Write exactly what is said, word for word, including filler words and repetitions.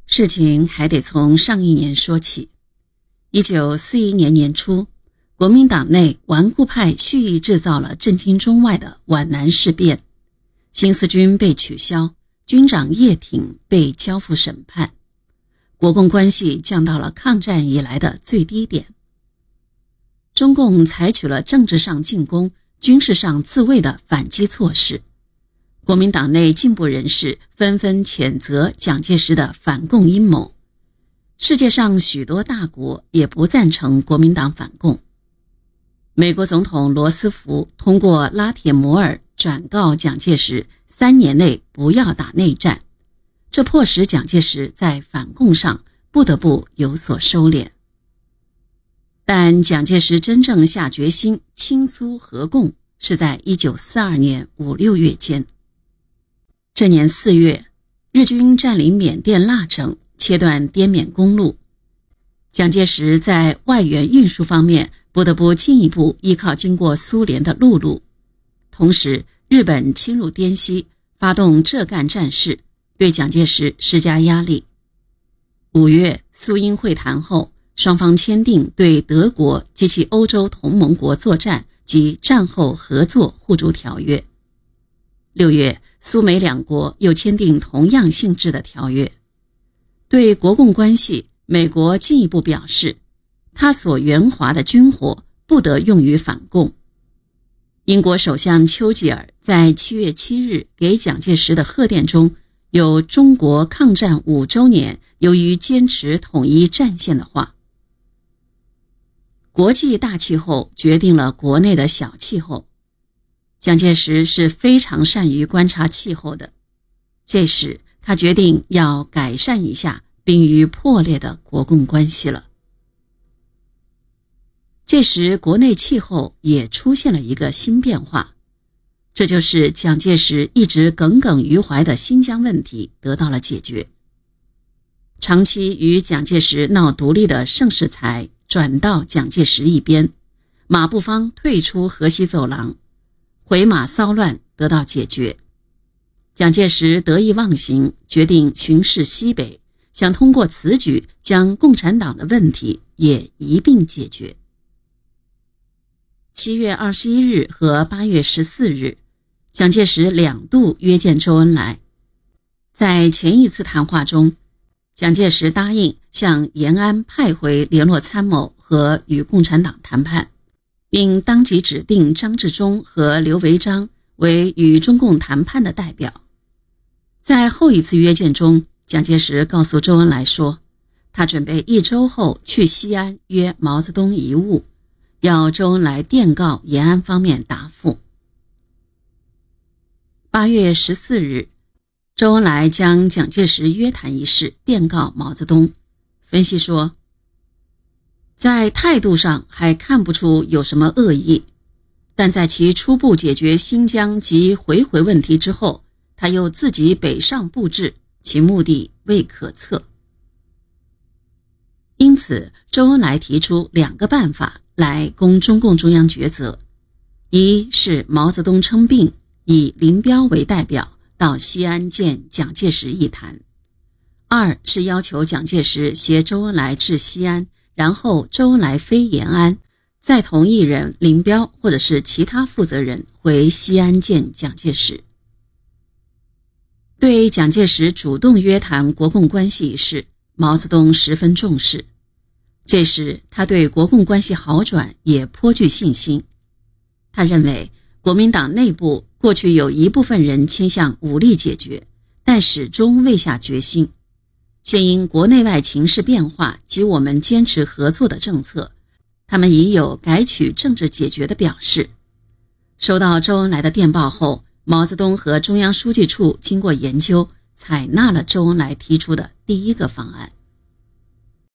事情还得从上一年说起。一九四一年年初，国民党内顽固派蓄意制造了震惊中外的皖南事变，新四军被取消，军长叶挺被交付审判，国共关系降到了抗战以来的最低点。中共采取了政治上进攻、军事上自卫的反击措施，国民党内进步人士纷纷谴责蒋介石的反共阴谋，世界上许多大国也不赞成国民党反共。美国总统罗斯福通过拉铁摩尔转告蒋介石三年内不要打内战，这迫使蒋介石在反共上不得不有所收敛。但蒋介石真正下决心亲苏合共是在一九四二年五六月间。这年四月，日军占领缅甸腊城，切断滇缅公路，蒋介石在外援运输方面不得不进一步依靠经过苏联的陆路。同时，日本侵入滇西，发动浙赣战事，对蒋介石施加压力。五月，苏英会谈后，双方签订对德国及其欧洲同盟国作战及战后合作互助条约。六月，苏美两国又签订同样性质的条约。对国共关系，美国进一步表示，他所援华的军火不得用于反共。英国首相丘吉尔在七月七日给蒋介石的贺电中有中国抗战五周年由于坚持统一战线的话。国际大气候决定了国内的小气候，蒋介石是非常善于观察气候的，这时他决定要改善一下濒于破裂的国共关系了。这时国内气候也出现了一个新变化，这就是蒋介石一直耿耿于怀的新疆问题得到了解决。长期与蒋介石闹独立的盛世才转到蒋介石一边，马步芳退出河西走廊，回马骚乱得到解决。蒋介石得意忘形，决定巡视西北，想通过此举将共产党的问题也一并解决。七月二十一日和八月十四日，蒋介石两度约见周恩来。在前一次谈话中，蒋介石答应向延安派回联络参谋和与共产党谈判，并当即指定张治中和刘维章为与中共谈判的代表。在后一次约见中，蒋介石告诉周恩来说，他准备一周后去西安约毛泽东一晤，要周恩来电告延安方面答复。八月十四日，周恩来将蒋介石约谈一事电告毛泽东，分析说，在态度上还看不出有什么恶意，但在其初步解决新疆及回回问题之后，他又自己北上布置，其目的未可测。因此，周恩来提出两个办法来供中共中央抉择：一是毛泽东称病，以林彪为代表到西安见蒋介石一谈；二是要求蒋介石携周恩来至西安，然后周恩来飞延安，再同一人林彪或者是其他负责人回西安见蒋介石。对蒋介石主动约谈国共关系一事，毛泽东十分重视。这时他对国共关系好转也颇具信心。他认为国民党内部过去有一部分人倾向武力解决，但始终未下决心。现因国内外情势变化及我们坚持合作的政策，他们已有改取政治解决的表示。收到周恩来的电报后，毛泽东和中央书记处经过研究，采纳了周恩来提出的第一个方案。